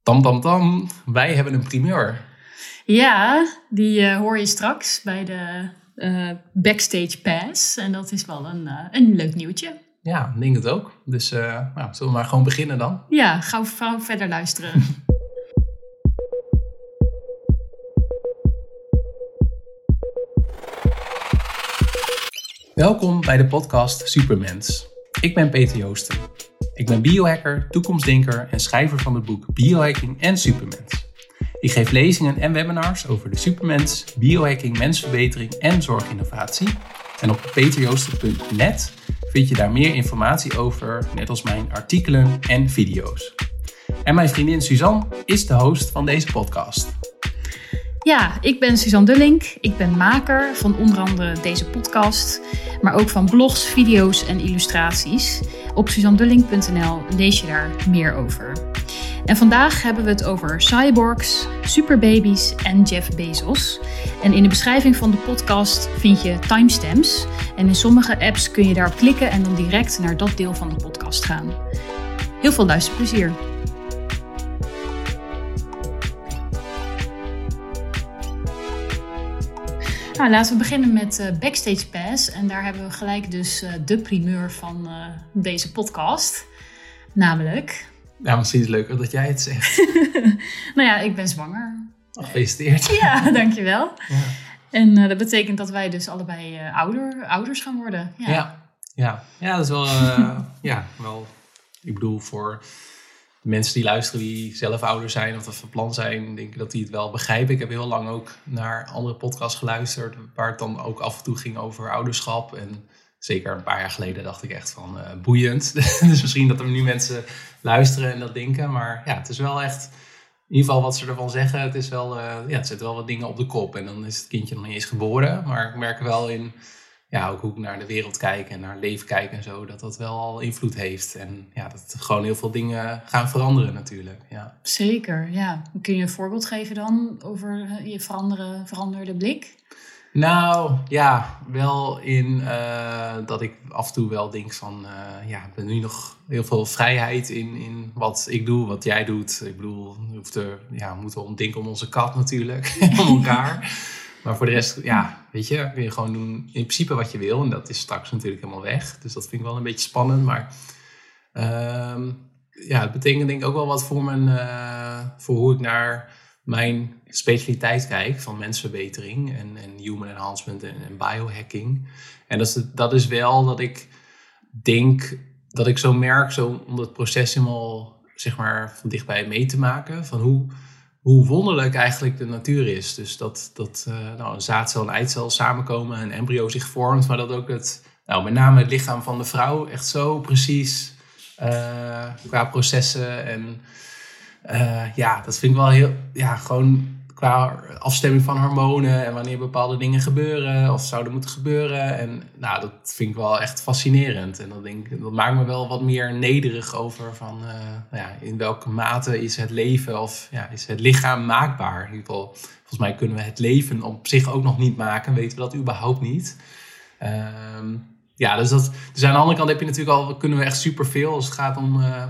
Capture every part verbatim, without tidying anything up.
Tam, tam, tam. Wij hebben een primeur. Ja, die uh, hoor je straks bij de uh, Backstage Pass. En dat is wel een, uh, een leuk nieuwtje. Ja, ik denk het ook. Dus uh, nou, zullen we maar gewoon beginnen dan? Ja, gauw, gauw verder luisteren. Welkom bij de podcast Supermens. Ik ben Peter Joosten. Ik ben biohacker, toekomstdenker en schrijver van het boek Biohacking en Supermens. Ik geef lezingen en webinars over de supermens, biohacking, mensverbetering en zorginnovatie. En op peterjoosten punt net vind je daar meer informatie over, net als mijn artikelen en video's. En mijn vriendin Suzanne is de host van deze podcast. Ja, ik ben Suzanne Dullink. Ik ben maker van onder andere deze podcast, maar ook van blogs, video's en illustraties. Op suzanne dullink punt n l lees je daar meer over. En vandaag hebben we het over cyborgs, superbaby's en Jeff Bezos. En in de beschrijving van de podcast vind je timestamps. En in sommige apps kun je daarop klikken en dan direct naar dat deel van de podcast gaan. Heel veel luisterplezier. Nou, laten we beginnen met uh, Backstage Pass. En daar hebben we gelijk dus uh, de primeur van uh, deze podcast. Namelijk... Ja, misschien is het leuker dat jij het zegt. Nou ja, ik ben zwanger. Gefeliciteerd. Ja, dankjewel. Ja. En uh, dat betekent dat wij dus allebei uh, ouder, ouders gaan worden. Ja, ja, ja. ja dat is wel... Uh, ja, wel... Ik bedoel, voor... De mensen die luisteren die zelf ouder zijn of dat van plan zijn, denk ik dat die het wel begrijpen. Ik heb heel lang ook naar andere podcasts geluisterd, waar het dan ook af en toe ging over ouderschap. En zeker een paar jaar geleden dacht ik echt van uh, boeiend. Dus misschien dat er nu mensen luisteren en dat denken. Maar ja, het is wel echt, in ieder geval wat ze ervan zeggen, het is wel, uh, ja, het zet wel wat dingen op de kop. En dan is het kindje nog niet eens geboren. Maar ik merk wel in... Ja, ook hoe ik naar de wereld kijk en naar het leven kijk en zo, dat dat wel al invloed heeft. En ja, dat gewoon heel veel dingen gaan veranderen natuurlijk. Ja. Zeker, ja. Kun je een voorbeeld geven dan over je veranderde, veranderde blik? Nou, ja, wel in uh, dat ik af en toe wel denk van, uh, ja, ik ben nu nog heel veel vrijheid in, in wat ik doe, wat jij doet. Ik bedoel, we, hoeft er, ja, we moeten denken om onze kat natuurlijk, om elkaar. Maar voor de rest, ja, weet je, kun je gewoon doen in principe wat je wil. En dat is straks natuurlijk helemaal weg. Dus dat vind ik wel een beetje spannend. Maar uh, ja, het betekent denk ik ook wel wat voor, mijn, uh, voor hoe ik naar mijn specialiteit kijk. Van mensverbetering en, en human enhancement en, en biohacking. En dat is, dat is wel dat ik denk, dat ik zo merk, zo om het proces helemaal, zeg maar, van dichtbij mee te maken. Van hoe... Hoe wonderlijk eigenlijk de natuur is. Dus dat, dat uh, nou, een zaadcel en eicel samenkomen, een embryo zich vormt. Maar dat ook het, nou, met name het lichaam van de vrouw echt zo precies uh, qua processen. En uh, ja, dat vind ik wel heel, ja, gewoon qua afstemming van hormonen. En wanneer bepaalde dingen gebeuren of zouden moeten gebeuren. En nou, dat vind ik wel echt fascinerend. En dat, denk, dat maakt me wel wat meer nederig over van uh, nou ja, in welke mate is het leven of ja, is het lichaam maakbaar. In ieder geval, volgens mij kunnen we het leven op zich ook nog niet maken. Weten we dat überhaupt niet. Um, ja, dus, dat, dus aan de andere kant heb je natuurlijk al, kunnen we echt superveel als het gaat om... Uh,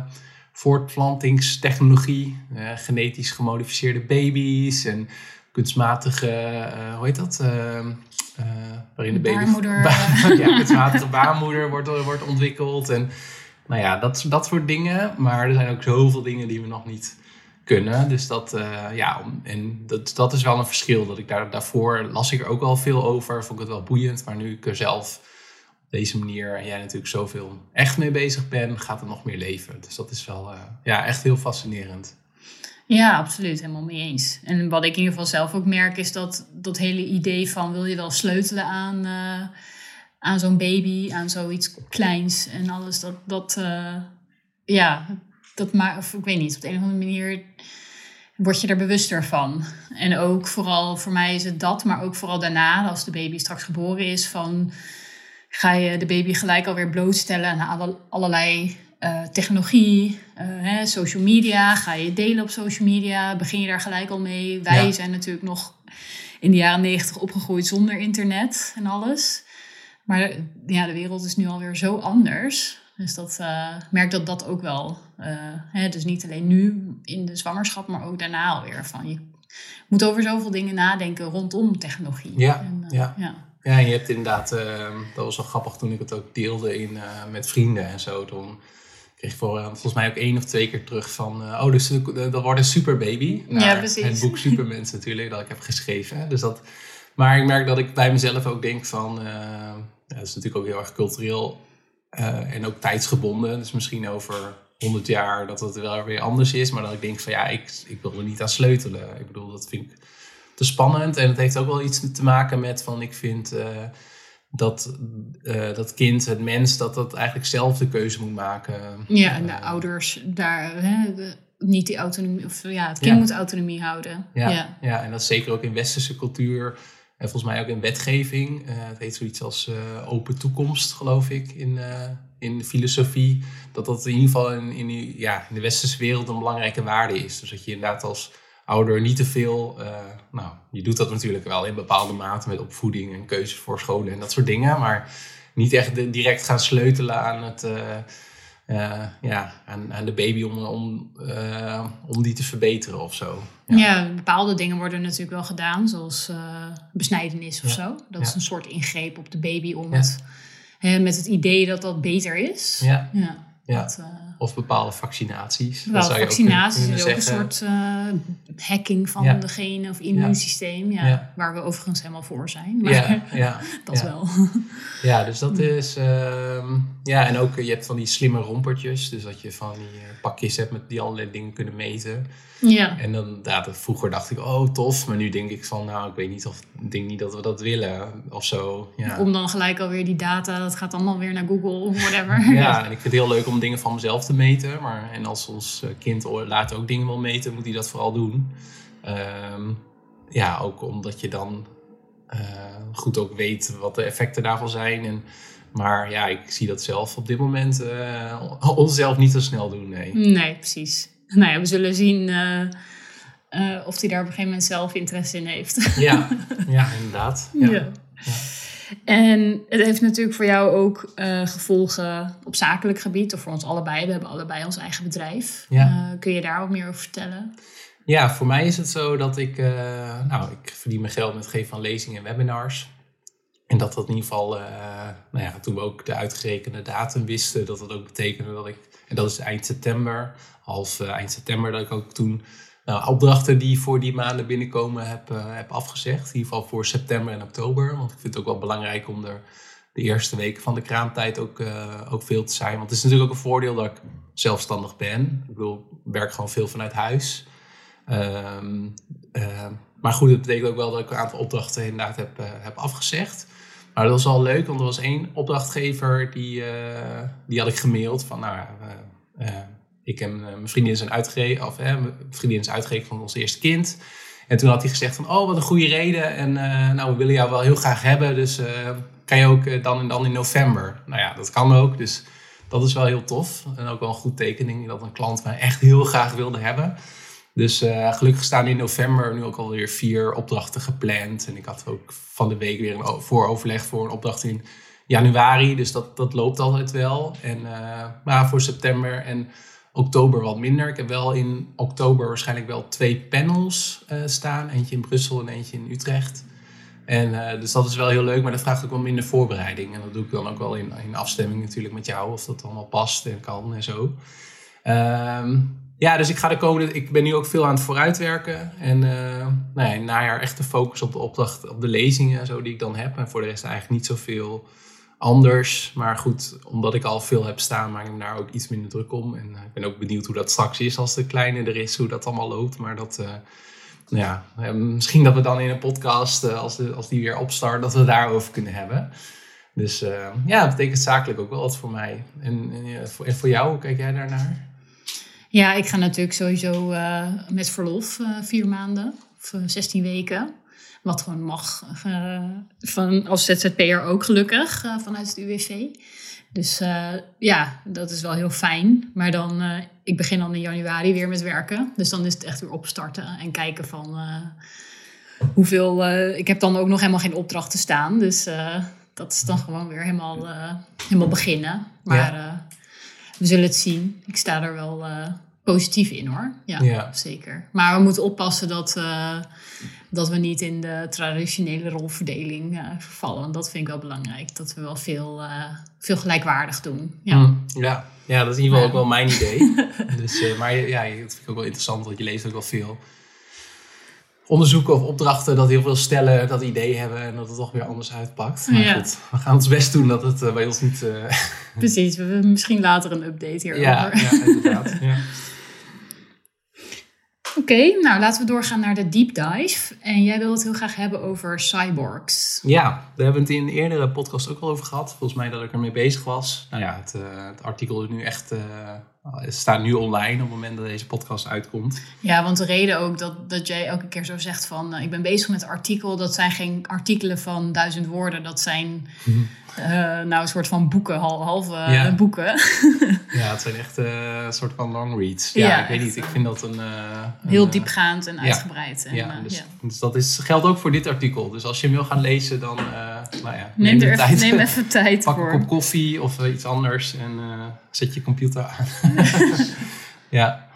voortplantingstechnologie, uh, genetisch gemodificeerde baby's en kunstmatige, uh, hoe heet dat? Uh, uh, waarin de baby... Baarmoeder. Ba- ja, kunstmatige baarmoeder wordt, wordt ontwikkeld. En nou ja, dat, dat soort dingen. Maar er zijn ook zoveel dingen die we nog niet kunnen. Dus dat, uh, ja, en dat, dat is wel een verschil. Dat ik daar, daarvoor las ik er ook wel veel over, vond ik het wel boeiend. Maar nu ik er zelf... deze manier en jij natuurlijk zoveel echt mee bezig bent, gaat er nog meer leven. Dus dat is wel uh, ja, echt heel fascinerend. Ja, absoluut. Helemaal mee eens. En wat ik in ieder geval zelf ook merk is dat dat hele idee van wil je wel sleutelen aan, uh, aan zo'n baby, aan zoiets kleins en alles. Dat, dat uh, ja, dat maakt, of ik weet niet, op de een of andere manier word je er bewuster van. En ook vooral, voor mij is het dat, maar ook vooral daarna, als de baby straks geboren is, van... ga je de baby gelijk alweer blootstellen aan alle, allerlei uh, technologie, uh, hè, social media. Ga je delen op social media, begin je daar gelijk al mee. Wij ja. zijn natuurlijk nog in de jaren negentig opgegroeid zonder internet en alles. Maar ja, de wereld is nu alweer zo anders. Dus dat uh, merk dat dat ook wel. Uh, hè, dus niet alleen nu in de zwangerschap, maar ook daarna alweer. Van je moet over zoveel dingen nadenken rondom technologie. Ja, en, uh, ja. ja. Ja, en je hebt inderdaad, uh, dat was wel grappig toen ik het ook deelde in, uh, met vrienden en zo. Toen kreeg ik voor, uh, volgens mij ook één of twee keer terug van, uh, oh, dus uh, dat wordt een superbaby. Ja, precies. Het boek Supermens natuurlijk, dat ik heb geschreven. Dus dat, maar ik merk dat ik bij mezelf ook denk van, uh, ja, dat is natuurlijk ook heel erg cultureel uh, en ook tijdsgebonden. Dus misschien over honderd jaar dat het wel weer anders is. Maar dat ik denk van, ja, ik, ik wil er niet aan sleutelen. Ik bedoel, dat vind ik te spannend. En het heeft ook wel iets te maken met van, ik vind uh, dat uh, dat kind, het mens, dat dat eigenlijk zelf de keuze moet maken. Ja, en de uh, ouders daar, hè, de, niet die autonomie, of ja, het kind ja. moet autonomie houden. Ja, ja. ja, en dat is zeker ook in westerse cultuur. En volgens mij ook in wetgeving. Uh, het heet zoiets als uh, open toekomst, geloof ik, in, uh, in de filosofie. Dat dat in ieder geval in, in, ja, in de westerse wereld een belangrijke waarde is. Dus dat je inderdaad als ouder niet te veel, uh, nou, je doet dat natuurlijk wel in bepaalde mate met opvoeding en keuzes voor scholen en dat soort dingen, maar niet echt de, direct gaan sleutelen aan het, uh, uh, ja, aan, aan de baby om, om, uh, om die te verbeteren of zo. Ja. ja, bepaalde dingen worden natuurlijk wel gedaan, zoals uh, besnijdenis of ja. zo. Dat ja. is een soort ingreep op de baby om ja. het, hè, met het idee dat dat beter is. Ja. ja. Ja. Dat, uh, of bepaalde vaccinaties. Bepaalde vaccinaties is ook een soort uh, hacking van ja. de genen of immuunsysteem. Ja. Ja, waar we overigens helemaal voor zijn. Maar ja, ja, dat ja. wel. Ja, dus dat is... Uh, ja, en ook je hebt van die slimme rompertjes. Dus dat je van die uh, pakjes hebt met die allerlei dingen kunnen meten. Ja. En dan, ja, vroeger dacht ik, oh tof. Maar nu denk ik van, nou, ik weet niet of ik denk niet dat we dat willen of zo. Ja. Om dan gelijk alweer die data, dat gaat allemaal weer naar Google of whatever. Ja, en ik vind het heel leuk om dingen van mezelf te meten. Maar, en als ons kind later ook dingen wil meten, moet hij dat vooral doen. Um, ja, ook omdat je dan uh, goed ook weet wat de effecten daarvan zijn. En, maar ja, ik zie dat zelf op dit moment uh, onszelf niet zo snel doen, nee. Nee, precies. Nou ja, we zullen zien uh, uh, of hij daar op een gegeven moment zelf interesse in heeft. Ja, ja inderdaad. Ja. Ja. Ja. En het heeft natuurlijk voor jou ook uh, gevolgen op zakelijk gebied, of voor ons allebei. We hebben allebei ons eigen bedrijf. Ja. Uh, kun je daar wat meer over vertellen? Ja, voor mij is het zo dat ik, uh, nou, ik verdien mijn geld met het geven van lezingen en webinars. En dat dat in ieder geval, uh, nou ja, toen we ook de uitgerekende datum wisten, dat dat ook betekende dat ik, en dat is eind september, half uh, eind september, dat ik ook toen nou, opdrachten die voor die maanden binnenkomen heb, uh, heb afgezegd. In ieder geval voor september en oktober. Want ik vind het ook wel belangrijk om er de eerste weken van de kraamtijd ook, uh, ook veel te zijn. Want het is natuurlijk ook een voordeel dat ik zelfstandig ben. Ik bedoel, ik werk gewoon veel vanuit huis. Um, uh, maar goed, dat betekent ook wel dat ik een aantal opdrachten inderdaad heb, uh, heb afgezegd. Maar dat was wel leuk, want er was één opdrachtgever die, uh, die had ik gemaild van, nou ja, uh, uh, ik en uh, mijn vriendin zijn uitgerekend, of uh, mijn vriendin is uitgerekend van ons eerste kind. En toen had hij gezegd van, oh, wat een goede reden. En uh, nou, we willen jou wel heel graag hebben, dus uh, kan je ook uh, dan en dan in november. Nou ja, dat kan ook, dus dat is wel heel tof. En ook wel een goed tekening dat een klant mij echt heel graag wilde hebben. Dus uh, gelukkig staan in november nu ook alweer vier opdrachten gepland. En ik had ook van de week weer een vooroverleg voor een opdracht in januari. Dus dat, dat loopt altijd wel. En, uh, maar voor september en oktober wat minder. Ik heb wel in oktober waarschijnlijk wel twee panels uh, staan. Eentje in Brussel en eentje in Utrecht. En, uh, dus dat is wel heel leuk, maar dat vraagt ook wel minder voorbereiding. En dat doe ik dan ook wel in, in afstemming natuurlijk met jou. Of dat allemaal past en kan en zo. Um, Ja, dus ik ga de komende. Ik ben nu ook veel aan het vooruitwerken. En uh, nou ja, in het najaar echt de focus op de opdracht, op de lezingen en zo die ik dan heb. En voor de rest eigenlijk niet zoveel anders. Maar goed, omdat ik al veel heb staan, maak ik me daar ook iets minder druk om. En uh, ik ben ook benieuwd hoe dat straks is als de kleine er is, hoe dat allemaal loopt. Maar dat, uh, nou ja, uh, misschien dat we dan in een podcast, uh, als, de, als die weer opstart, dat we het daarover kunnen hebben. Dus uh, ja, dat betekent zakelijk ook wel wat voor mij. En, en, uh, voor, en voor jou, hoe kijk jij daarnaar? Ja, ik ga natuurlijk sowieso uh, met verlof uh, vier maanden of uh, zestien weken. Wat gewoon mag, uh, van, als Z Z P'er ook gelukkig, uh, vanuit het U W V. Dus uh, ja, dat is wel heel fijn. Maar dan, uh, ik begin dan in januari weer met werken. Dus dan is het echt weer opstarten en kijken van uh, hoeveel... Uh, ik heb dan ook nog helemaal geen opdrachten staan. Dus uh, dat is dan gewoon weer helemaal, uh, helemaal beginnen. Maar... Ja. Uh, we zullen het zien. Ik sta er wel uh, positief in hoor. Ja, ja, zeker. Maar we moeten oppassen dat, uh, dat we niet in de traditionele rolverdeling uh, vervallen. Want dat vind ik wel belangrijk. Dat we wel veel, uh, veel gelijkwaardig doen. Ja. Mm, ja. ja, dat is in ieder geval ja. ook wel mijn idee. dus, uh, maar ja, dat vind ik ook wel interessant. Want je leest ook wel veel onderzoeken of opdrachten dat heel veel stellen dat idee hebben en dat het toch weer anders uitpakt. Maar ja. goed, we gaan ons best doen dat het uh, bij ons niet... Uh... Precies, we hebben misschien later een update hierover. Ja, ja inderdaad. Ja. Oké, okay, nou laten we doorgaan naar de deep dive. En jij wil het heel graag hebben over cyborgs. Ja, daar hebben we het in een eerdere podcast ook al over gehad. Volgens mij dat ik ermee bezig was. Nou ja, het, uh, het artikel is nu echt... Uh, Het staat nu online op het moment dat deze podcast uitkomt. Ja, want de reden ook dat, dat jij elke keer zo zegt van... Uh, ik ben bezig met een artikel. Dat zijn geen artikelen van duizend woorden. Dat zijn mm-hmm. uh, nou een soort van boeken, halve ja. boeken. Ja, het zijn echt uh, een soort van long reads. Ja, ja ik weet niet. Ik vind dat een... Uh, heel een, diepgaand en ja. uitgebreid. En, ja, uh, dus, ja. dus dat is, geldt ook voor dit artikel. Dus als je hem wil gaan lezen, dan... Uh, nou ja, neem, neem, er even, tijd, neem even tijd pak voor. Pak een kop koffie of uh, iets anders en uh, zet je computer aan. ja.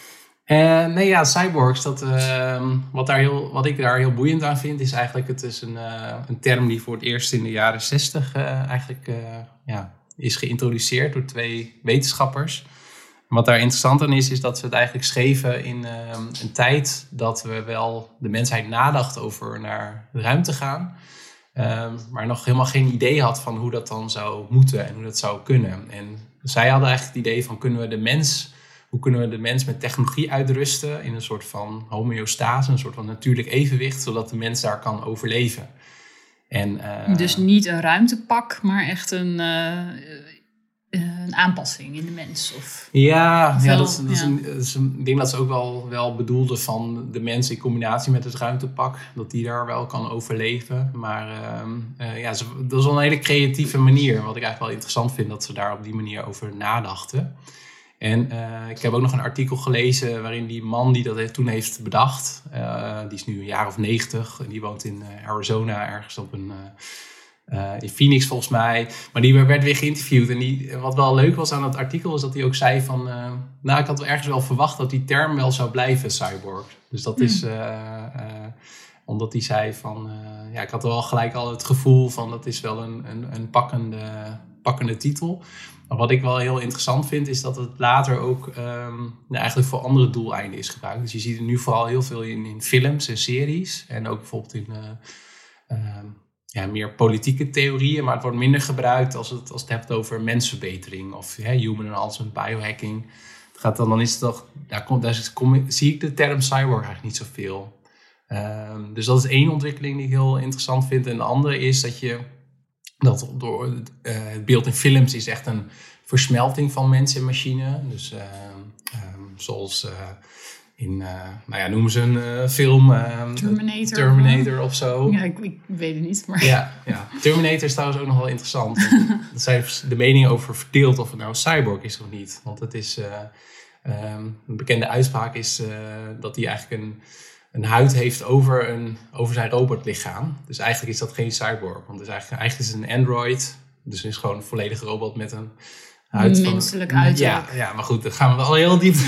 En nee, ja, cyborgs, dat, uh, wat, daar heel, wat ik daar heel boeiend aan vind, is eigenlijk, het is een, uh, een term die voor het eerst in de jaren zestig uh, eigenlijk uh, ja, is geïntroduceerd door twee wetenschappers. En wat daar interessant aan is, is dat ze het eigenlijk schreven in uh, een tijd dat we wel de mensheid nadacht over naar de ruimte gaan. Um, maar nog helemaal geen idee had van hoe dat dan zou moeten en hoe dat zou kunnen. En zij hadden eigenlijk het idee van, kunnen we de mens, hoe kunnen we de mens met technologie uitrusten in een soort van homeostase, een soort van natuurlijk evenwicht, zodat de mens daar kan overleven. En, uh, dus niet een ruimtepak, maar echt een, uh, een aanpassing in de mens? Of, ja, of ja, wel, dat, is, dat, ja. Is een, dat is een ding dat ze ook wel, wel bedoelden van de mens in combinatie met het ruimtepak. Dat die daar wel kan overleven. Maar uh, uh, ja, dat is wel een hele creatieve manier. Wat ik eigenlijk wel interessant vind, dat ze daar op die manier over nadachten. En uh, ik heb ook nog een artikel gelezen waarin die man die dat toen heeft bedacht, uh, die is nu een jaar of negentig en die woont in uh, Arizona ergens op een... Uh, Uh, in Phoenix volgens mij. Maar die werd weer geïnterviewd. En die, wat wel leuk was aan het artikel is dat hij ook zei van... Uh, nou, ik had wel ergens wel verwacht dat die term wel zou blijven, cyborg. Dus dat mm. is... Uh, uh, omdat hij zei van... Uh, ja, ik had wel gelijk al het gevoel van... dat is wel een, een, een pakkende, pakkende titel. Maar wat ik wel heel interessant vind... is dat het later ook um, nou, eigenlijk voor andere doeleinden is gebruikt. Dus je ziet het nu vooral heel veel in, in films en series. En ook bijvoorbeeld in... Uh, uh, Ja, meer politieke theorieën, maar het wordt minder gebruikt als het, als het hebt over mensverbetering of hè, human enhancement, biohacking. Het gaat dan, dan is het toch, daar, komt, daar kom, zie ik de term cyborg eigenlijk niet zoveel. Um, dus dat is één ontwikkeling die ik heel interessant vind. En de andere is dat je, dat door uh, het beeld in films is echt een versmelting van mens en machine. Dus uh, um, zoals... Uh, In, uh, nou ja, noemen ze een uh, film. Uh, Terminator. Terminator of zo. Ja, ik, ik weet het niet. Maar... Ja, ja, Terminator is trouwens ook nog wel interessant. Er zijn de meningen over verdeeld of het nou een cyborg is of niet. Want het is, uh, um, een bekende uitspraak is uh, dat hij eigenlijk een, een huid heeft over, een, over zijn robotlichaam. Dus eigenlijk is dat geen cyborg. Want het is eigenlijk, eigenlijk is het een android. Dus het is gewoon een volledige robot met een huid van... Menselijk uiterlijk. Ja, ja, maar goed, dan gaan we wel heel diep...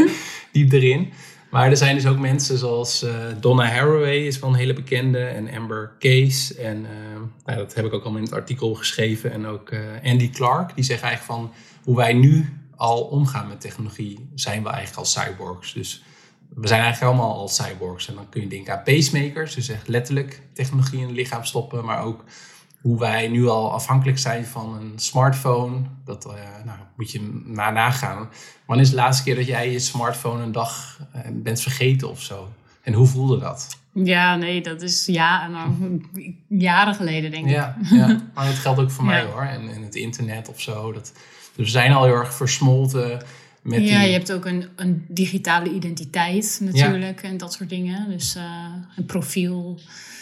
diep erin. Maar er zijn dus ook mensen zoals uh, Donna Haraway is wel een hele bekende. En Amber Case. En uh, nou, dat heb ik ook al in het artikel geschreven. En ook uh, Andy Clark. Die zeggen eigenlijk van hoe wij nu al omgaan met technologie. Zijn we eigenlijk al cyborgs. Dus we zijn eigenlijk allemaal al cyborgs. En dan kun je denken aan pacemakers. Dus echt letterlijk technologie in het lichaam stoppen. Maar ook hoe wij nu al afhankelijk zijn van een smartphone. Dat uh, nou, moet je maar nagaan. Wanneer is de laatste keer dat jij je smartphone een dag uh, bent vergeten of zo? En hoe voelde dat? Ja, nee, dat is ja, nou, jaren geleden denk ik. Ja, ja, maar dat geldt ook voor mij ja. hoor. En, en het internet of zo. Dat, dus we zijn al heel erg versmolten met ja, die... je hebt ook een, een digitale identiteit natuurlijk. Ja. En dat soort dingen. Dus uh, een profiel.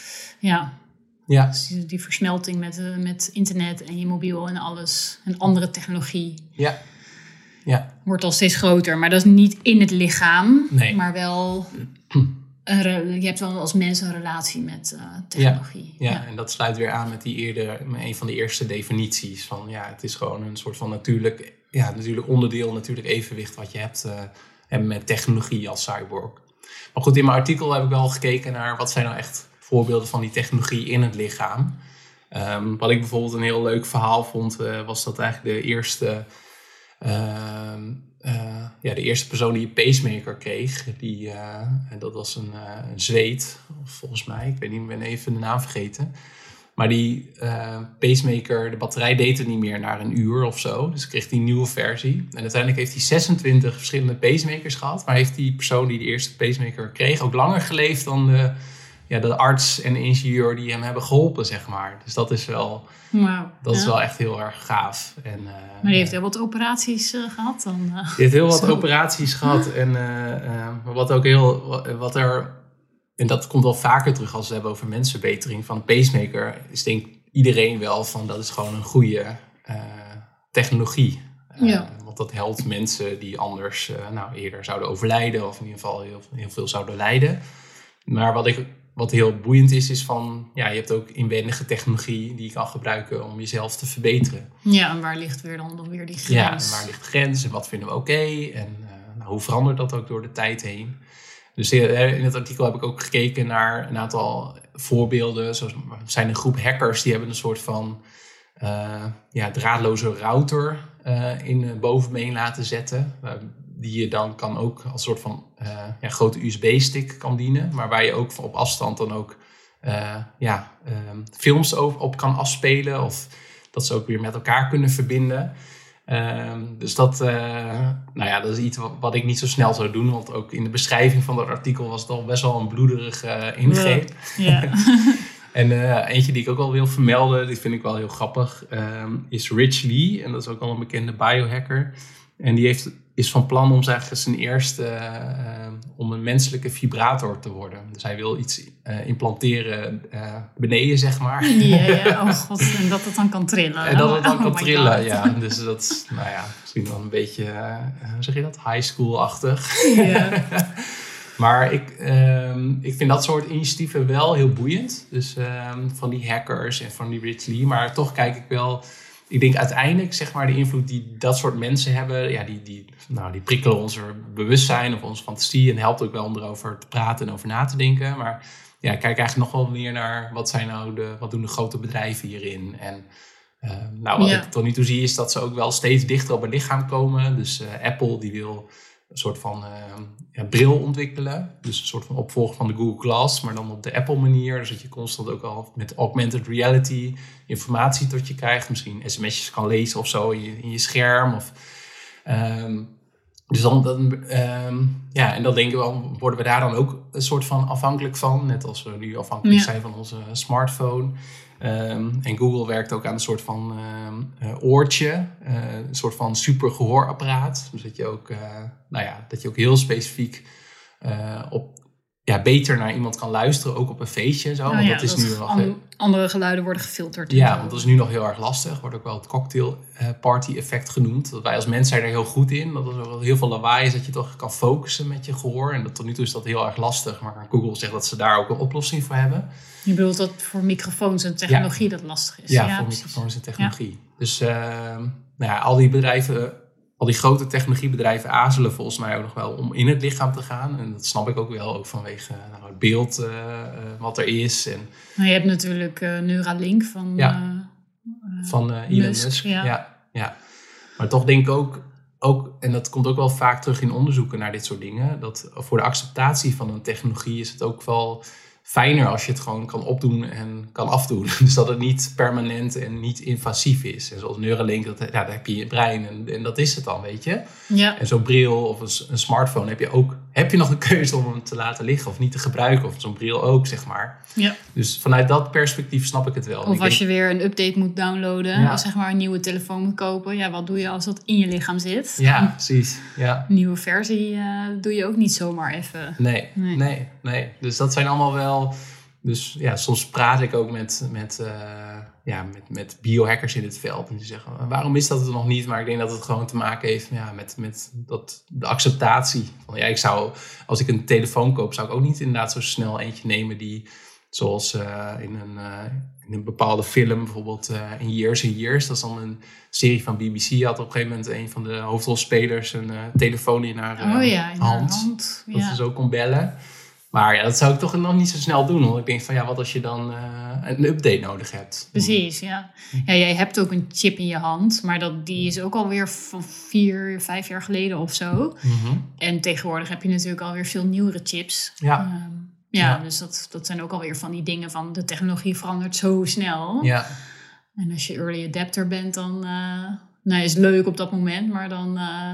Ja. Ja. Dus die, die versmelting met, uh, met internet en je mobiel en alles. En andere technologie. Ja. Ja. Wordt al steeds groter. Maar dat is niet in het lichaam. Nee. Maar wel... Een re- je hebt wel als mens een relatie met uh, technologie. Ja, ja, ja, en dat sluit weer aan met die eerder, met een van de eerste definities. Van ja, het is gewoon een soort van natuurlijk ja, natuurlijk onderdeel, natuurlijk evenwicht wat je hebt uh, met technologie als cyborg. Maar goed, in mijn artikel heb ik wel gekeken naar wat zijn nou echt voorbeelden van die technologie in het lichaam. Um, wat ik bijvoorbeeld een heel leuk verhaal vond, uh, was dat eigenlijk de eerste, uh, uh, ja, de eerste persoon die een pacemaker kreeg. Die, uh, en dat was een, uh, een Zweed, volgens mij. Ik weet niet, ik ben even de naam vergeten. Maar die uh, pacemaker, de batterij deed het niet meer na een uur of zo. Dus kreeg hij een nieuwe versie. En uiteindelijk heeft hij zesentwintig verschillende pacemakers gehad. Maar heeft die persoon die de eerste pacemaker kreeg ook langer geleefd dan de, ja, de arts en de ingenieur die hem hebben geholpen, zeg maar. Dus dat is wel, wow, dat ja. is wel echt heel erg gaaf. En, uh, maar die heeft heel wat operaties uh, gehad dan? Uh, die heeft heel wat zo. operaties gehad. En uh, uh, wat ook heel, wat er... En dat komt wel vaker terug als we het hebben over mensverbetering. Van pacemaker is denk iedereen wel van dat is gewoon een goede uh, technologie. Uh, ja. Want dat helpt mensen die anders uh, nou, eerder zouden overlijden. Of in ieder geval heel, heel veel zouden lijden. Maar wat, ik, wat heel boeiend is, is van... Ja, je hebt ook inwendige technologie die je kan gebruiken om jezelf te verbeteren. Ja, en waar ligt weer dan nog weer die grens? Ja, en waar ligt de grens en wat vinden we oké? Okay? En uh, nou, hoe verandert dat ook door de tijd heen? Dus in het artikel heb ik ook gekeken naar een aantal voorbeelden. Zoals zijn een groep hackers die hebben een soort van uh, ja, draadloze router uh, in uh, bovenbeen laten zetten. Uh, die je dan kan ook als soort van uh, ja, grote U S B-stick kan dienen. Maar waar je ook op afstand dan ook uh, ja, uh, films op kan afspelen. Of dat ze ook weer met elkaar kunnen verbinden. Um, dus dat, uh, nou ja, dat is iets wat, wat ik niet zo snel zou doen. Want ook in de beschrijving van dat artikel was het al best wel een bloederige uh, ingreep. Ja. En uh, eentje die ik ook wel wil vermelden, die vind ik wel heel grappig, um, is Rich Lee. En dat is ook al een bekende biohacker. En die heeft, is van plan om zeg, zijn eerste, uh, om een menselijke vibrator te worden. Dus hij wil iets uh, implanteren uh, beneden, zeg maar. Ja, ja, oh god, en dat het dan kan trillen. En dat het dan oh kan trillen, God. ja. Dus dat is, nou ja, misschien wel een beetje, uh, hoe zeg je dat, high school-achtig. Ja. Maar ik, um, ik vind dat soort initiatieven wel heel boeiend. Dus um, van die hackers en van die Rich Lee. Maar toch kijk ik wel... Ik denk uiteindelijk, zeg maar, de invloed die dat soort mensen hebben... Ja, die, die, nou, die prikkelen ons bewustzijn of onze fantasie... en helpt ook wel om erover te praten en over na te denken. Maar ja, ik kijk eigenlijk nog wel meer naar... wat zijn nou de, wat doen de grote bedrijven hierin? En uh, nou, wat ja. ik tot nu toe zie is dat ze ook wel steeds dichter op het lichaam komen. Dus uh, Apple die wil... een soort van uh, ja, bril ontwikkelen. Dus een soort van opvolger van de Google Glass, maar dan op de Apple manier. Dus dat je constant ook al met augmented reality informatie tot je krijgt. Misschien sms'jes kan lezen of zo in je, in je scherm. Of, um, dus dan, dan um, ja, en dan denken we, worden we daar dan ook een soort van afhankelijk van. Net als we nu afhankelijk ja. zijn van onze smartphone. Um, en Google werkt ook aan een soort van uh, uh, oortje, uh, een soort van super gehoorapparaat. Dus dat je ook, uh, nou ja, dat je ook heel specifiek uh, op, ja, beter naar iemand kan luisteren, ook op een feestje en zo. Nou want ja, dat is dat nu nog an- andere geluiden worden gefilterd. Ja, want dat is nu nog heel erg lastig. Wordt ook wel het cocktail uh, party effect genoemd. Dat wij als mensen zijn er heel goed in. Dat er heel veel lawaai is dat je toch kan focussen met je gehoor. En dat, tot nu toe is dat heel erg lastig. Maar Google zegt dat ze daar ook een oplossing voor hebben. Je bedoelt dat voor microfoons en technologie ja. dat lastig is? Ja, ja voor precies. microfoons en technologie. Ja. Dus uh, nou ja, al die bedrijven, al die grote technologiebedrijven aarzelen volgens mij ook nog wel om in het lichaam te gaan. En dat snap ik ook wel, ook vanwege nou, het beeld uh, uh, wat er is. En, nou, je hebt natuurlijk uh, Neuralink van, ja, uh, van uh, Elon Musk. Musk. Ja. Ja, ja. Maar toch denk ik ook, ook, en dat komt ook wel vaak terug in onderzoeken naar dit soort dingen, dat voor de acceptatie van een technologie is het ook wel fijner als je het gewoon kan opdoen en kan afdoen. Dus dat het niet permanent en niet invasief is. En zoals Neuralink, dat, ja, daar heb je je brein en, en dat is het dan, weet je. Ja. En zo'n bril of een, een smartphone heb je ook, heb je nog een keuze om hem te laten liggen of niet te gebruiken. Of zo'n bril ook, zeg maar. Ja. Dus vanuit dat perspectief snap ik het wel. Of ik als denk, je weer een update moet downloaden, ja. of zeg maar een nieuwe telefoon moet kopen. Ja, wat doe je als dat in je lichaam zit? Ja, precies. Ja. Een nieuwe versie uh, doe je ook niet zomaar even. Nee, nee, nee, nee. Dus dat zijn allemaal wel... Dus ja, soms praat ik ook met, met, uh, ja, met, met biohackers in het veld. En die zeggen, waarom is dat er nog niet? Maar ik denk dat het gewoon te maken heeft ja, met, met dat, de acceptatie. Van, ja, ik zou, als ik een telefoon koop, zou ik ook niet inderdaad zo snel eentje nemen die Zoals uh, in, een, uh, in een bepaalde film, bijvoorbeeld uh, in Years and Years. Dat is dan een serie van B B C. Had op een gegeven moment een van de hoofdrolspelers een uh, telefoon in haar uh, oh, ja, in hand. Haar hand. Ja. Dat ze zo kon bellen. Maar ja, dat zou ik toch nog niet zo snel doen. Want ik denk van ja, wat als je dan uh, een update nodig hebt? Precies, ja. Ja, jij hebt ook een chip in je hand. Maar dat, die is ook alweer van vier, vijf jaar geleden of zo. Mm-hmm. En tegenwoordig heb je natuurlijk alweer veel nieuwere chips. Ja. Um, ja, ja, dus dat, dat zijn ook alweer van die dingen van de technologie verandert zo snel. Ja. En als je early adapter bent, dan uh, nou, is het leuk op dat moment. Maar dan uh,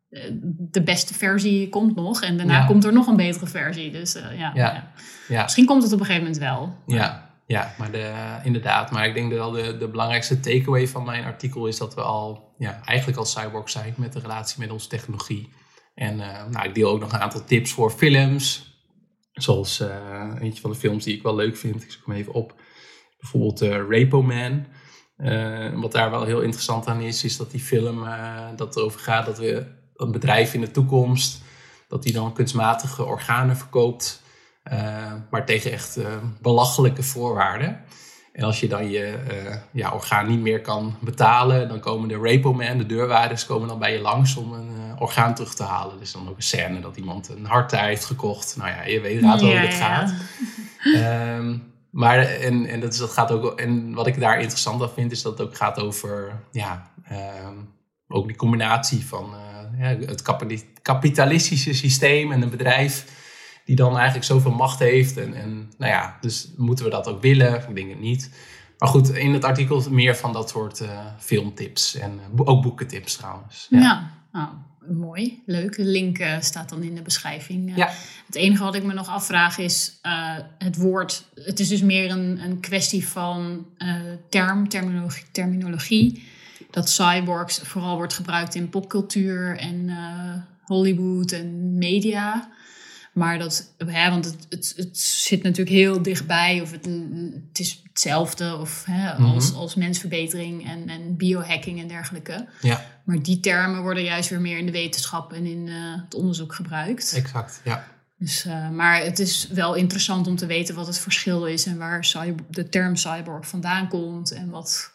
de beste versie komt nog. En daarna ja. komt er nog een betere versie. Dus uh, ja, ja. ja. Ja. Misschien komt het op een gegeven moment wel. Ja, ja maar de, inderdaad. Maar ik denk dat wel de, de belangrijkste takeaway van mijn artikel is dat we al ja, eigenlijk al cyborg zijn met de relatie met onze technologie. En uh, nou, ik deel ook nog een aantal tips voor films. Zoals uh, eentje van de films die ik wel leuk vind. Ik zoek hem even op. Bijvoorbeeld uh, Repo Man. Uh, wat daar wel heel interessant aan is, is dat die film uh, dat erover gaat dat we een bedrijf in de toekomst, dat die dan kunstmatige organen verkoopt, uh, maar tegen echt uh, belachelijke voorwaarden. En als je dan je uh, ja, orgaan niet meer kan betalen, dan komen de Repo Man, de deurwaarders, komen dan bij je langs om een uh, orgaan terug te halen. Dus dan ook een scène dat iemand een hart heeft gekocht. Nou ja, je weet raad hoe ja, het ja. gaat. Um, Maar en, en, dat is, dat gaat ook, en wat ik daar interessant aan vind, is dat het ook gaat over ja, um, ook die combinatie van uh, ja, het kapitalistische systeem en een bedrijf die dan eigenlijk zoveel macht heeft. En, en nou ja, dus moeten we dat ook willen? Ik denk het niet. Maar goed, in het artikel meer van dat soort uh, filmtips en uh, ook boekentips trouwens. Ja, ja. Nou, mooi, leuk. De link uh, staat dan in de beschrijving. Uh, ja. Het enige wat ik me nog afvraag is uh, het woord. Het is dus meer een, een kwestie van uh, term, terminologie, terminologie. Dat cyborgs vooral wordt gebruikt in popcultuur en uh, Hollywood en media. Maar dat, hè, want het, het, het zit natuurlijk heel dichtbij. Of het, het is hetzelfde of, hè, mm-hmm. als, als mensverbetering en, en biohacking en dergelijke. Ja. Maar die termen worden juist weer meer in de wetenschap en in uh, het onderzoek gebruikt. Exact, ja. Dus, uh, maar het is wel interessant om te weten wat het verschil is en waar cyber, de term cyborg vandaan komt en wat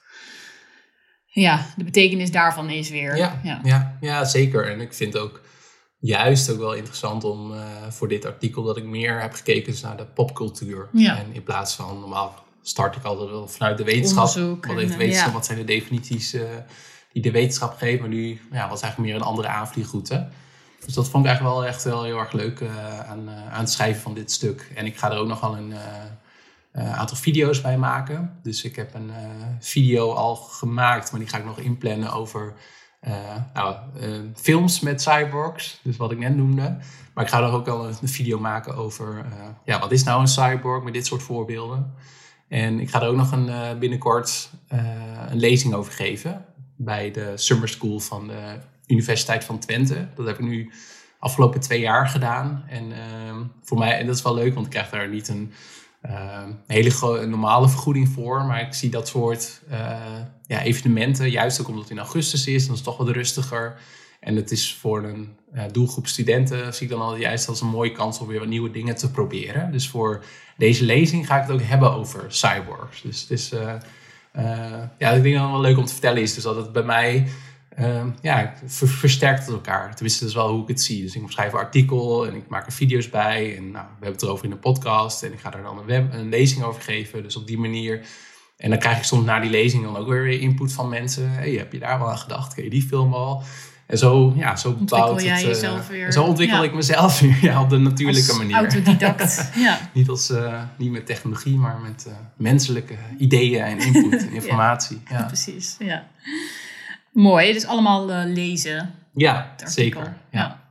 ja, de betekenis daarvan is weer. Ja, ja. Ja, ja, zeker. En ik vind ook juist ook wel interessant om uh, voor dit artikel dat ik meer heb gekeken naar de popcultuur. Ja. En in plaats van normaal start ik altijd wel vanuit de wetenschap. Onderzoek wat, en, heeft de wetenschap ja. wat zijn de definities uh, die de wetenschap geeft. Maar nu ja, was eigenlijk meer een andere aanvliegroute. Dus dat vond ik eigenlijk wel echt wel heel erg leuk uh, aan, uh, aan het schrijven van dit stuk. En ik ga er ook nog wel een uh, uh, aantal video's bij maken. Dus ik heb een uh, video al gemaakt, maar die ga ik nog inplannen over uh, nou, uh, films met cyborgs. Dus wat ik net noemde. Maar ik ga er ook al een video maken over uh, ja, wat is nou een cyborg met dit soort voorbeelden. En ik ga er ook nog een, uh, binnenkort uh, een lezing over geven bij de Summer School van de Universiteit van Twente. Dat heb ik nu afgelopen twee jaar gedaan. En uh, voor mij, en dat is wel leuk, want ik krijg daar niet een uh, hele gro- een normale vergoeding voor. Maar ik zie dat soort uh, ja, evenementen, juist ook omdat het in augustus is, dan is het toch wat rustiger. En het is voor een uh, doelgroep studenten, zie ik dan al juist als een mooie kans om weer wat nieuwe dingen te proberen. Dus voor deze lezing ga ik het ook hebben over cyborgs. Dus het is, uh, uh, ja, ik denk dat het wel leuk om te vertellen is, dus dat het bij mij Uh, ja, ver- versterkt het elkaar. Tenminste, dat is wel hoe ik het zie. Dus ik schrijf een artikel en ik maak er video's bij. En nou, we hebben het erover in de podcast. En ik ga er dan een, web, een lezing over geven. Dus op die manier. En dan krijg ik soms na die lezing dan ook weer input van mensen. Hey, heb je daar wel aan gedacht? Ken je die film al? En zo, ja, zo bouwt jij het. jezelf Uh, weer. Zo ontwikkel ja. ik mezelf weer ja, op de natuurlijke als manier. Autodidact. Ja. niet, als, uh, niet met technologie, maar met uh, menselijke ideeën en input en informatie. Ja, ja. Precies, ja. Mooi, dus allemaal uh, lezen. Ja, zeker. Ja. Ja.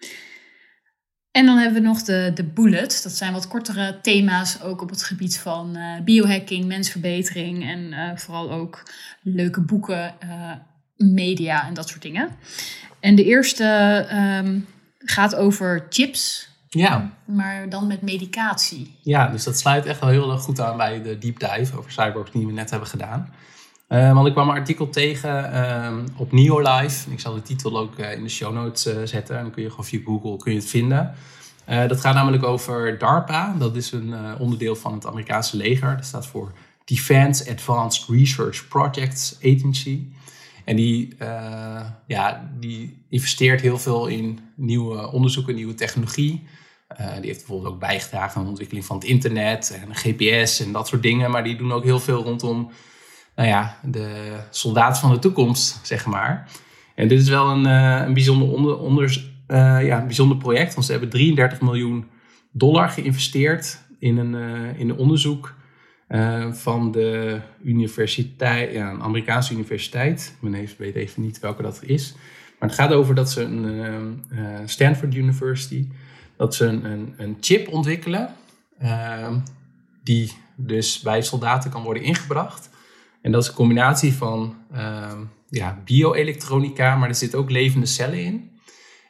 En dan hebben we nog de, de bullets. Dat zijn wat kortere thema's ook op het gebied van uh, biohacking, mensverbetering en uh, vooral ook leuke boeken, uh, media en dat soort dingen. En de eerste um, gaat over chips, Ja. maar dan met medicatie. Ja, dus dat sluit echt wel heel erg goed aan bij de deep dive over cyborgs die we net hebben gedaan. Uh, want ik kwam een artikel tegen uh, op Neolife. Ik zal de titel ook uh, in de show notes uh, zetten. En dan kun je gewoon via Google kun je het vinden. Uh, dat gaat namelijk over DARPA. Dat is een uh, onderdeel van het Amerikaanse leger. Dat staat voor Defense Advanced Research Projects Agency. En die, uh, ja, die investeert heel veel in nieuwe onderzoeken, nieuwe technologie. Uh, die heeft bijvoorbeeld ook bijgedragen aan de ontwikkeling van het internet en G P S en dat soort dingen. Maar die doen ook heel veel rondom nou ja, de soldaat van de toekomst, zeg maar. En dit is wel een, uh, een, bijzonder, onder, onder, uh, ja, een bijzonder project. Want ze hebben drieëndertig miljoen dollar geïnvesteerd in een, uh, in een onderzoek uh, van de universiteit, ja, een Amerikaanse universiteit. Ik weet even niet welke dat is. Maar het gaat over dat ze een uh, uh, Stanford University, dat ze een, een, een chip ontwikkelen uh, die dus bij soldaten kan worden ingebracht. En dat is een combinatie van uh, ja, bioelektronica, maar er zitten ook levende cellen in.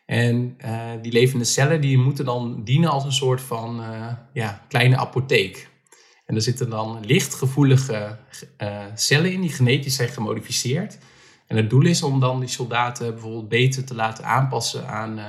En uh, die levende cellen die moeten dan dienen als een soort van uh, ja, kleine apotheek. En er zitten dan lichtgevoelige uh, cellen in die genetisch zijn gemodificeerd. En het doel is om dan die soldaten bijvoorbeeld beter te laten aanpassen aan, uh,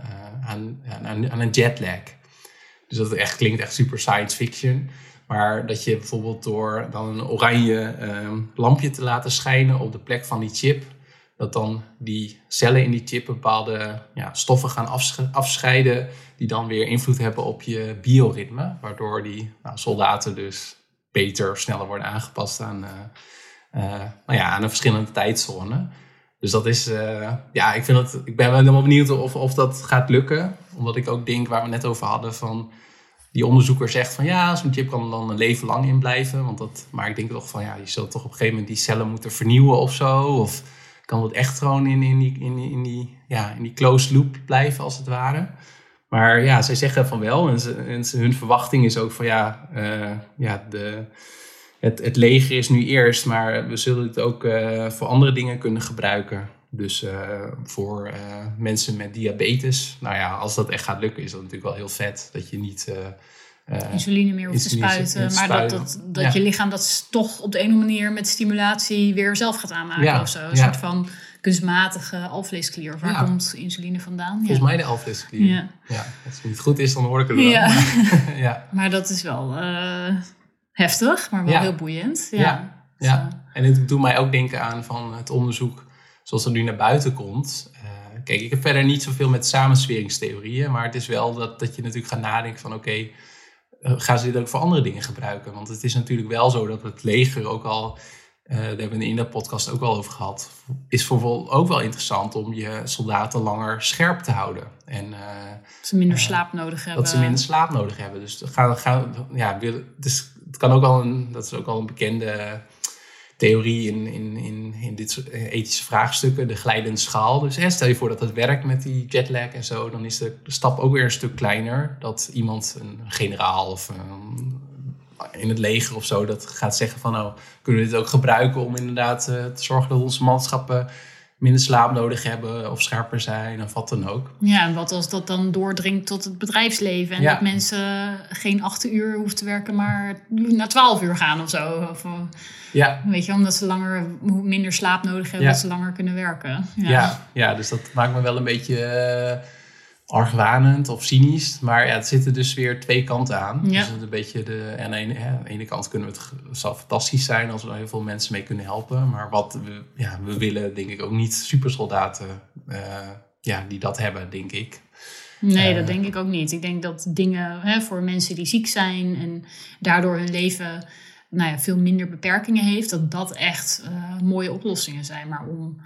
aan, aan, aan een jetlag. Dus dat echt, klinkt echt super science fiction. Maar dat je bijvoorbeeld door dan een oranje uh, lampje te laten schijnen op de plek van die chip, dat dan die cellen in die chip bepaalde ja, stoffen gaan afsch- afscheiden die dan weer invloed hebben op je bioritme. Waardoor die nou, soldaten dus beter, sneller worden aangepast aan, uh, uh, nou ja, aan een verschillende tijdzones. Dus dat is, uh, ja, ik, vind dat, ik ben wel helemaal benieuwd of, of dat gaat lukken. Omdat ik ook denk, waar we net over hadden, van die onderzoeker zegt van ja, zo'n chip kan dan een leven lang in blijven. Want dat, maar ik denk toch van ja, je zult toch op een gegeven moment die cellen moeten vernieuwen of zo. Of kan dat echt gewoon in, in, die, in, die, in, die, ja, in die closed loop blijven als het ware. Maar ja, zij zeggen van wel. En, ze, en ze, hun verwachting is ook van ja, uh, ja de, het, het leger is nu eerst. Maar we zullen het ook uh, voor andere dingen kunnen gebruiken. Dus uh, voor uh, mensen met diabetes. Nou ja, als dat echt gaat lukken is dat natuurlijk wel heel vet. Dat je niet Uh, insuline meer hoeft te spuiten. Maar spuiten. dat, dat, dat ja. je lichaam dat toch op de ene manier met stimulatie weer zelf gaat aanmaken ja. of zo. Een ja. soort van kunstmatige alvleesklier. Of waar ja. komt insuline vandaan? Volgens ja. mij de alvleesklier. Ja. Ja. Als het niet goed is, dan hoor ik het wel. Ja. Maar, ja. maar dat is wel uh, heftig, maar wel ja. heel boeiend. Ja. Ja. Ja. ja. En het doet mij ook denken aan van het onderzoek zoals dat nu naar buiten komt. Uh, kijk, ik heb verder niet zoveel met samensweringstheorieën. Maar het is wel dat, dat je natuurlijk gaat nadenken van oké, okay, gaan ze dit ook voor andere dingen gebruiken? Want het is natuurlijk wel zo dat het leger ook al, uh, daar hebben we in de podcast ook al over gehad, is bijvoorbeeld ook wel interessant om je soldaten langer scherp te houden. En, uh, dat ze minder uh, slaap nodig hebben. Dat ze minder slaap nodig hebben. Dus, gaan, gaan, ja, dus het kan ook al een, dat is ook al een bekende theorie in, in, in, in dit soort ethische vraagstukken, de glijdende schaal. Dus hè, stel je voor dat het werkt met die jetlag en zo, dan is de stap ook weer een stuk kleiner. Dat iemand, een generaal of um, in het leger of zo, dat gaat zeggen van nou, kunnen we dit ook gebruiken om inderdaad uh, te zorgen dat onze manschappen minder slaap nodig hebben of scherper zijn of wat dan ook. Ja, en wat als dat dan doordringt tot het bedrijfsleven en ja. dat mensen geen acht uur hoeven te werken, maar naar twaalf uur gaan of zo. Of, ja. Weet je, omdat ze langer minder slaap nodig hebben, ja. dat ze langer kunnen werken. Ja. Ja, ja, dus dat maakt me wel een beetje uh, argwanend of cynisch. Maar ja, het zitten dus weer twee kanten aan. Ja. Dus een beetje de, en aan, de, aan de ene kant kunnen we het, het zal fantastisch zijn als we er heel veel mensen mee kunnen helpen. Maar wat we, ja, we willen denk ik ook niet supersoldaten uh, ja, die dat hebben, denk ik. Nee, uh, dat denk ik ook niet. Ik denk dat dingen hè, voor mensen die ziek zijn en daardoor hun leven nou ja, veel minder beperkingen heeft, dat dat echt uh, mooie oplossingen zijn. Maar om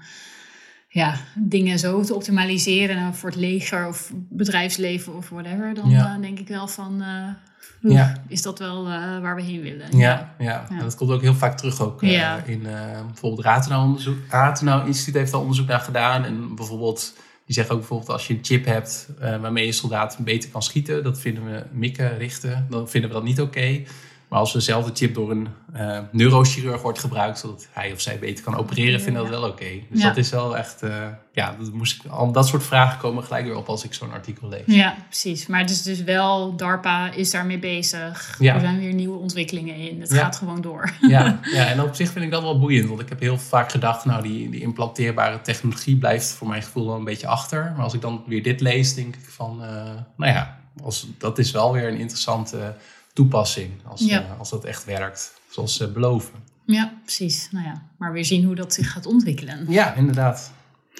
ja, dingen zo te optimaliseren voor het leger of bedrijfsleven of whatever, dan ja. uh, denk ik wel van uh, oef, ja. is dat wel uh, waar we heen willen. Ja, ja. ja. ja. dat komt ook heel vaak terug ook uh, ja. in uh, bijvoorbeeld Rathenau onderzoek. Rathenau Instituut heeft daar onderzoek naar gedaan en bijvoorbeeld die zeggen ook bijvoorbeeld als je een chip hebt uh, waarmee je soldaat beter kan schieten, dat vinden we mikken richten, dan vinden we dat niet oké. Okay. Maar als dezelfde chip door een uh, neurochirurg wordt gebruikt, zodat hij of zij beter kan opereren, vinden we dat wel oké. Okay. Dus ja. dat is wel echt, uh, ja, dat, moest ik, al dat soort vragen komen gelijk weer op als ik zo'n artikel lees. Ja, precies. Maar het is dus wel, DARPA is daarmee bezig. Ja. Er zijn weer nieuwe ontwikkelingen in. Het ja. gaat gewoon door. Ja. ja, en op zich vind ik dat wel boeiend. Want ik heb heel vaak gedacht, nou, die, die implanteerbare technologie blijft voor mijn gevoel wel een beetje achter. Maar als ik dan weer dit lees, denk ik van, uh, nou ja, als, dat is wel weer een interessante toepassing als, Ja. uh, als dat echt werkt, zoals ze beloven. Ja, precies. Nou ja, maar weer zien hoe dat zich gaat ontwikkelen. Ja, inderdaad.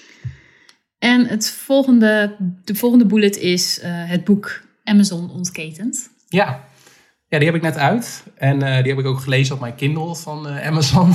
En het volgende, de volgende bullet is uh, het boek Amazon ontketend. Ja. ja, die heb ik net uit. En uh, die heb ik ook gelezen op mijn Kindle van uh, Amazon.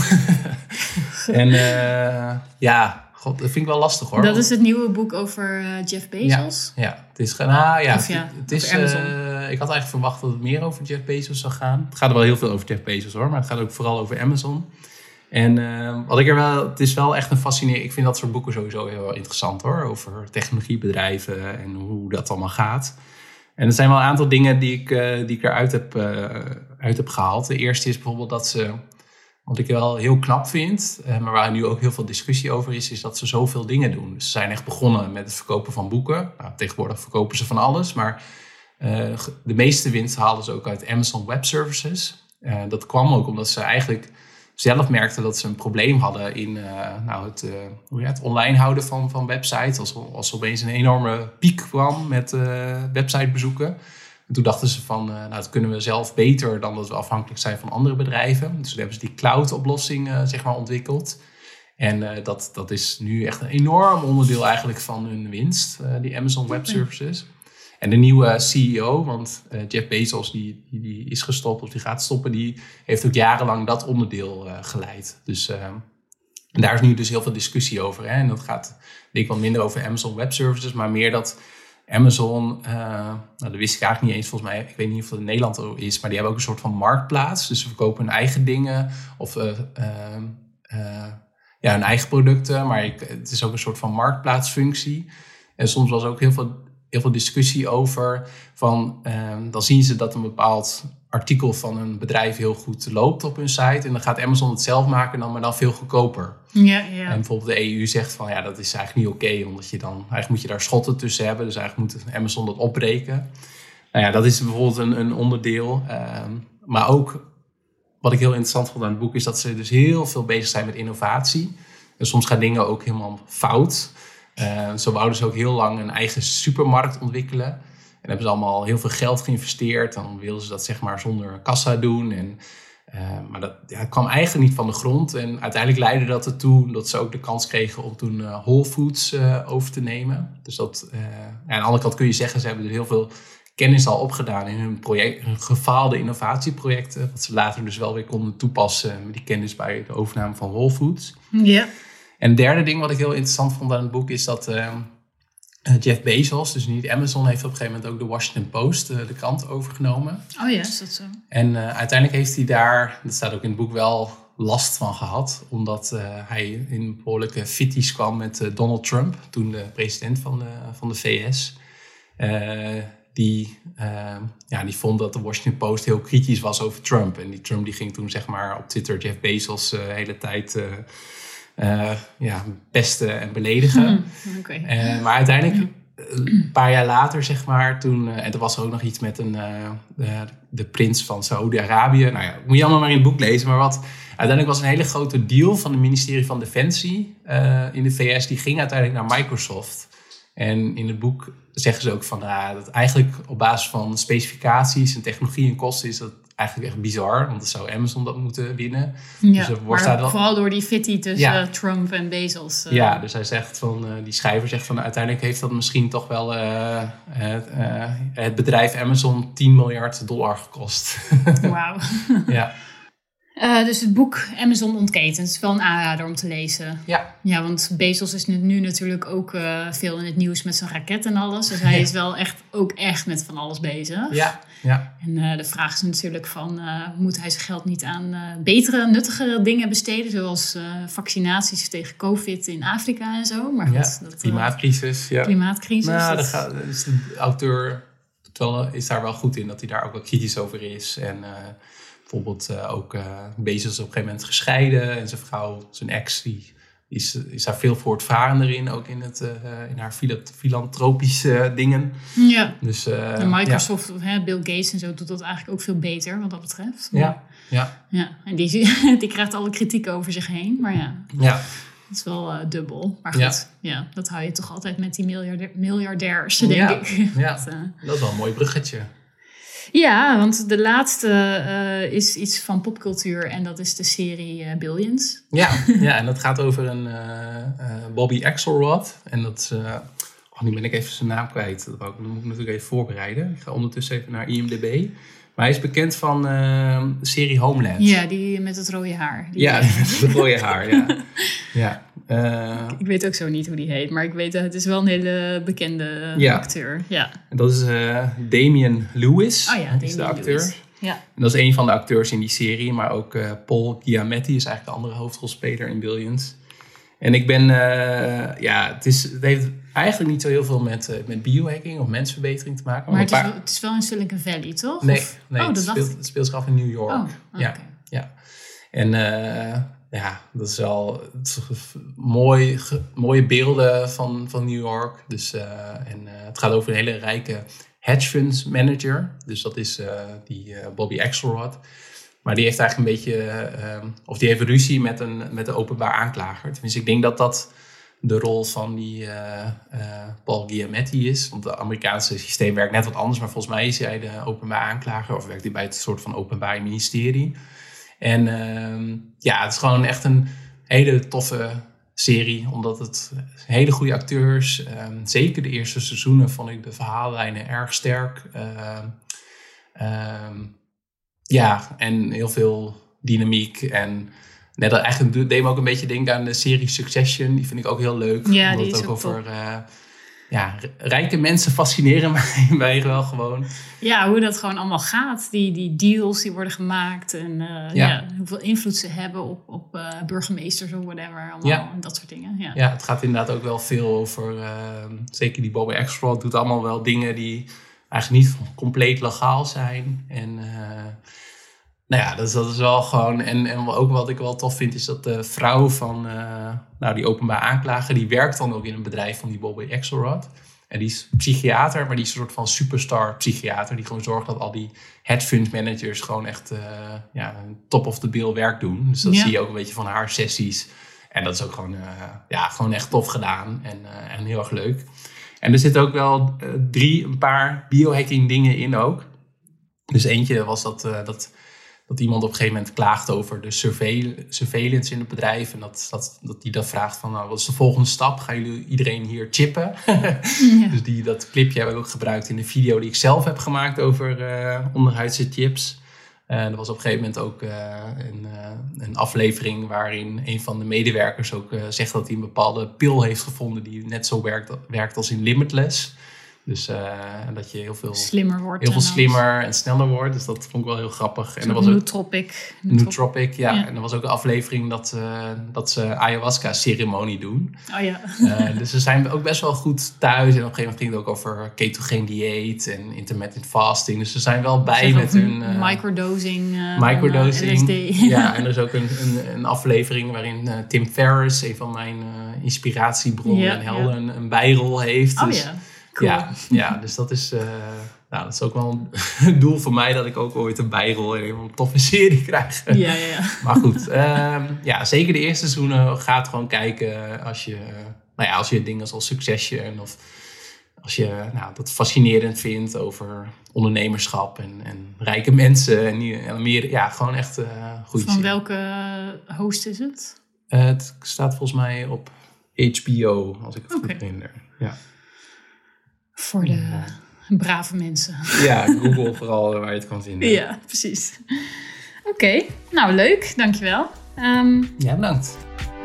en uh, ja, god, dat vind ik wel lastig hoor. Dat is het nieuwe boek over uh, Jeff Bezos? Ja, ja. Het is, nou, ja, of ja, het, het is, Amazon. Uh, ik had eigenlijk verwacht dat het meer over Jeff Bezos zou gaan. Het gaat er wel heel veel over Jeff Bezos hoor, maar het gaat ook vooral over Amazon. En uh, wat ik er wel, het is wel echt een fascinerend. Ik vind dat soort boeken sowieso heel interessant hoor. Over technologiebedrijven en hoe dat allemaal gaat. En er zijn wel een aantal dingen die ik, uh, die ik eruit heb, uh, uit heb gehaald. De eerste is bijvoorbeeld dat ze, wat ik wel heel knap vind, uh, maar waar nu ook heel veel discussie over is, is dat ze zoveel dingen doen. Dus ze zijn echt begonnen met het verkopen van boeken. Nou, tegenwoordig verkopen ze van alles, maar uh, de meeste winst halen ze ook uit Amazon Web Services. Uh, dat kwam ook omdat ze eigenlijk zelf merkten dat ze een probleem hadden in uh, nou, het, uh, hoe ja, het online houden van, van websites. Als, als er opeens een enorme piek kwam met uh, websitebezoeken. En toen dachten ze van, uh, nou, dat kunnen we zelf beter dan dat we afhankelijk zijn van andere bedrijven. Dus toen hebben ze die cloud-oplossing uh, zeg maar ontwikkeld. En uh, dat, dat is nu echt een enorm onderdeel eigenlijk van hun winst, uh, die Amazon Web Services. En de nieuwe C E O, want uh, Jeff Bezos die, die, die is gestopt of die gaat stoppen, die heeft ook jarenlang dat onderdeel uh, geleid. Dus uh, en daar is nu dus heel veel discussie over. Hè? En dat gaat denk ik wat minder over Amazon Web Services, maar meer dat Amazon, uh, nou, dat wist ik eigenlijk niet eens volgens mij, ik weet niet of dat in Nederland is, maar die hebben ook een soort van marktplaats. Dus ze verkopen hun eigen dingen of uh, uh, uh, ja, hun eigen producten, maar ik, het is ook een soort van marktplaatsfunctie. En soms was ook heel veel heel veel discussie over. Van, uh, dan zien ze dat een bepaald artikel van een bedrijf heel goed loopt op hun site. En dan gaat Amazon het zelf maken, dan, maar dan veel goedkoper. Ja, ja. En bijvoorbeeld de E U zegt van ja, dat is eigenlijk niet oké. Okay, omdat je dan, eigenlijk moet je daar schotten tussen hebben. Dus eigenlijk moet Amazon dat opbreken. Nou ja, dat is bijvoorbeeld een, een onderdeel. Uh, maar ook wat ik heel interessant vond aan het boek is dat ze dus heel veel bezig zijn met innovatie. En soms gaan dingen ook helemaal fout. Uh, zo wouden ze ook heel lang een eigen supermarkt ontwikkelen. En hebben ze allemaal heel veel geld geïnvesteerd. Dan wilden ze dat zeg maar zonder kassa doen. En, uh, maar dat ja, kwam eigenlijk niet van de grond. En uiteindelijk leidde dat ertoe dat ze ook de kans kregen om toen uh, Whole Foods uh, over te nemen. Dus dat, uh, ja, aan de andere kant kun je zeggen, ze hebben er heel veel kennis al opgedaan in hun, project, hun gefaalde innovatieprojecten. Wat ze later dus wel weer konden toepassen met die kennis bij de overname van Whole Foods. Ja. En het derde ding wat ik heel interessant vond aan het boek is dat uh, Jeff Bezos, dus niet Amazon, heeft op een gegeven moment ook de Washington Post, uh, de krant, overgenomen. Oh ja, is dat zo? En uh, uiteindelijk heeft hij daar, dat staat ook in het boek, wel last van gehad. Omdat uh, hij in behoorlijke fitties kwam met uh, Donald Trump, toen de president van de, van de V S. Uh, die, uh, ja, die vond dat de Washington Post heel kritisch was over Trump. En die Trump die ging toen zeg maar op Twitter Jeff Bezos de uh, hele tijd Uh, Uh, ja, pesten en beledigen. Hmm, okay. uh, maar uiteindelijk, een paar jaar later, zeg maar, toen, uh, en er was er ook nog iets met een, uh, de, de prins van Saoedi-Arabië. Nou ja, moet je allemaal maar in het boek lezen. Maar wat uiteindelijk was een hele grote deal van het ministerie van Defensie uh, in de V S. Die ging uiteindelijk naar Microsoft. En in het boek zeggen ze ook van, uh, dat eigenlijk op basis van specificaties en technologie en kosten is dat eigenlijk echt bizar, want dan zou Amazon dat moeten winnen. Ja, dus maar wel vooral door die fitty tussen ja. Trump en Bezos. Uh. Ja, dus hij zegt van, uh, die schrijver zegt van, uiteindelijk heeft dat misschien toch wel uh, het, uh, het bedrijf Amazon tien miljard dollar gekost. Wauw. Ja. Uh, dus het boek Amazon ontketend is wel een aanrader om te lezen. Ja. Ja, want Bezos is nu, nu natuurlijk ook uh, veel in het nieuws met zijn raket en alles. Dus hij ja. is wel echt ook echt met van alles bezig. Ja, ja. En uh, de vraag is natuurlijk van, uh, moet hij zijn geld niet aan uh, betere, nuttigere dingen besteden? Zoals uh, vaccinaties tegen COVID in Afrika en zo. Maar goed, ja, dat, uh, klimaatcrisis. Ja. Klimaatcrisis. Nou, dat... gaat, dus de auteur wel, is daar wel goed in, dat hij daar ook wel kritisch over is. En uh, bijvoorbeeld uh, ook uh, Bezos is op een gegeven moment gescheiden. En zijn vrouw, zijn ex, die is, is daar veel voortvarender in. Ook in, het, uh, in haar filantropische uh, dingen. Ja, dus, uh, en Microsoft, ja. hè, Bill Gates en zo doet dat eigenlijk ook veel beter wat dat betreft. Maar, ja, ja. ja. En die, die krijgt alle kritiek over zich heen, maar ja. Ja. dat is wel uh, dubbel. Maar goed, ja. ja, dat hou je toch altijd met die miljardair, miljardairs, denk ja. ik. Ja, dat, uh, dat is wel een mooi bruggetje. Ja, want de laatste uh, is iets van popcultuur en dat is de serie uh, Billions. Ja, ja, en dat gaat over een uh, uh, Bobby Axelrod. En dat is... Uh, oh, nu ben ik even zijn naam kwijt. Dat, wou ik, dat moet ik natuurlijk even voorbereiden. Ik ga ondertussen even naar I M D B. Maar hij is bekend van uh, de serie Homeland. Ja, die met het rode haar. Die ja, die met het rode haar, ja. ja. Uh, ik, ik weet ook zo niet hoe die heet, maar ik weet dat het is wel een hele bekende ja. acteur. Ja. En dat is uh, Damian Lewis, oh ja, Damian is de acteur. Lewis. Ja. En dat is een van de acteurs in die serie, maar ook uh, Paul Giamatti is eigenlijk de andere hoofdrolspeler in Billions. En ik ben, uh, ja, het, is, het heeft eigenlijk niet zo heel veel met, uh, met biohacking of mensverbetering te maken. Maar, maar het, paar... is wel, het is wel in Silicon Valley, toch? Nee, of... nee oh, het, dat speelt, ik... het speelt zich af in New York. Oh, okay. ja, ja. En uh, ja, dat is wel het, mooi, ge, mooie beelden van, van New York. Dus, uh, en uh, het gaat over een hele rijke hedge funds manager. Dus dat is uh, die uh, Bobby Axelrod. Maar die heeft eigenlijk een beetje, uh, of die heeft ruzie met een met de openbaar aanklager. Tenminste, ik denk dat dat de rol van die uh, uh, Paul Giamatti is. Want het Amerikaanse systeem werkt net wat anders. Maar volgens mij is hij de openbaar aanklager. Of werkt hij bij het soort van openbaar ministerie. En uh, ja, het is gewoon echt een hele toffe serie. Omdat het hele goede acteurs. Uh, zeker de eerste seizoenen vond ik de verhaallijnen erg sterk. Uh, uh, Ja, en heel veel dynamiek. En net eigenlijk deed me ook een beetje denken aan de serie Succession. Die vind ik ook heel leuk. Ja, omdat die is het ook ook over uh, ja, rijke mensen fascineren mij, mij wel gewoon. Ja, hoe dat gewoon allemaal gaat. Die, die deals die worden gemaakt. En uh, ja. Ja, hoeveel invloed ze hebben op, op uh, burgemeesters of whatever. Allemaal ja. En dat soort dingen. Ja. ja, het gaat inderdaad ook wel veel over... Uh, zeker die Bobby Axelrod doet allemaal wel dingen die... eigenlijk niet compleet legaal zijn. En uh, nou ja, dat is, dat is wel gewoon... En, en ook wat ik wel tof vind, is dat de vrouw van uh, nou, die openbaar aanklager... die werkt dan ook in een bedrijf van die Bobby Axelrod. En die is psychiater, maar die is een soort van superstar psychiater... die gewoon zorgt dat al die hedge fund managers gewoon echt uh, ja, top of the bill werk doen. Dus dat ja. zie je ook een beetje van haar sessies. En dat is ook gewoon, uh, ja, gewoon echt tof gedaan en, uh, en heel erg leuk. En er zitten ook wel uh, drie, een paar biohacking dingen in ook. Dus eentje was dat, uh, dat, dat iemand op een gegeven moment klaagt over de surveil, surveillance in het bedrijf. En dat, dat, dat die dat vraagt van, nou, wat is de volgende stap? Gaan jullie iedereen hier chippen? Ja. Dus die, dat clipje heb ik ook gebruikt in de video die ik zelf heb gemaakt over uh, onderhuidse chips. Uh, er was op een gegeven moment ook uh, een, uh, een aflevering waarin een van de medewerkers ook uh, zegt dat hij een bepaalde pil heeft gevonden die net zo werkt, werkt als in Limitless. Dus uh, dat je heel veel slimmer wordt. Heel veel slimmer en sneller wordt. Dus dat vond ik wel heel grappig. En er was Nootropic. Nootropic, ja. ja. En er was ook een aflevering dat, uh, dat ze ayahuasca-ceremonie doen. Oh ja. Uh, dus ze zijn ook best wel goed thuis. En op een gegeven moment ging het ook over ketogeen dieet en intermittent fasting. Dus ze zijn wel bij met hun... Uh, microdosing. Uh, microdosing. L S D. Ja, en er is ook een, een, een aflevering waarin uh, Tim Ferriss, een van mijn uh, inspiratiebronnen ja, en helden, ja. een bijrol heeft. Oh dus, ja. Cool. Ja, ja, dus dat is, uh, nou, dat is ook wel een doel voor mij dat ik ook ooit een bijrol en een toffe serie krijg. Ja, ja, ja. Maar goed, um, ja, zeker de eerste seizoenen gaat gewoon kijken als je, nou ja, als je dingen zoals Succession of als je nou, dat fascinerend vindt over ondernemerschap en, en rijke mensen en, en meer, ja, gewoon echt uh, goed. Van serie. Welke host is het? Uh, het staat volgens mij op H B O, als ik het okay. goed herinner. Ja. Voor de ja. brave mensen. Ja, Google vooral waar je het kan vinden. Ja, precies. Oké, okay. Nou leuk, dankjewel. Um, ja, bedankt.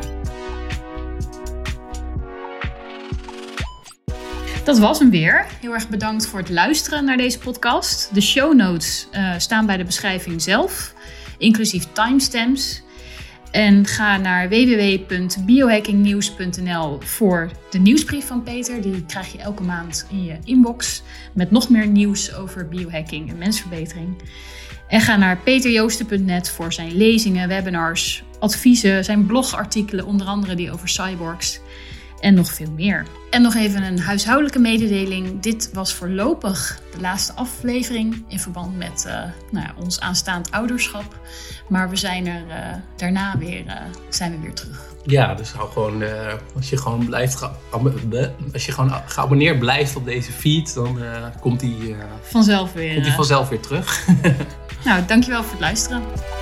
Dat was hem weer. Heel erg bedankt voor het luisteren naar deze podcast. De show notes uh, staan bij de beschrijving zelf, inclusief timestamps. En ga naar w w w punt biohackingnieuws punt n l voor de nieuwsbrief van Peter. Die krijg je elke maand in je inbox met nog meer nieuws over biohacking en mensverbetering. En ga naar peter joosten punt net voor zijn lezingen, webinars, adviezen, zijn blogartikelen, onder andere die over cyborgs en nog veel meer. En nog even een huishoudelijke mededeling. Dit was voorlopig de laatste aflevering in verband met uh, nou ja, ons aanstaand ouderschap. Maar we zijn er uh, daarna weer, uh, zijn we weer terug. Ja, dus hou gewoon, uh, als je gewoon blijft ge- als je gewoon geabonneerd blijft op deze feed, dan uh, komt die uh, vanzelf weer, komt die vanzelf weer terug. Nou, dankjewel voor het luisteren.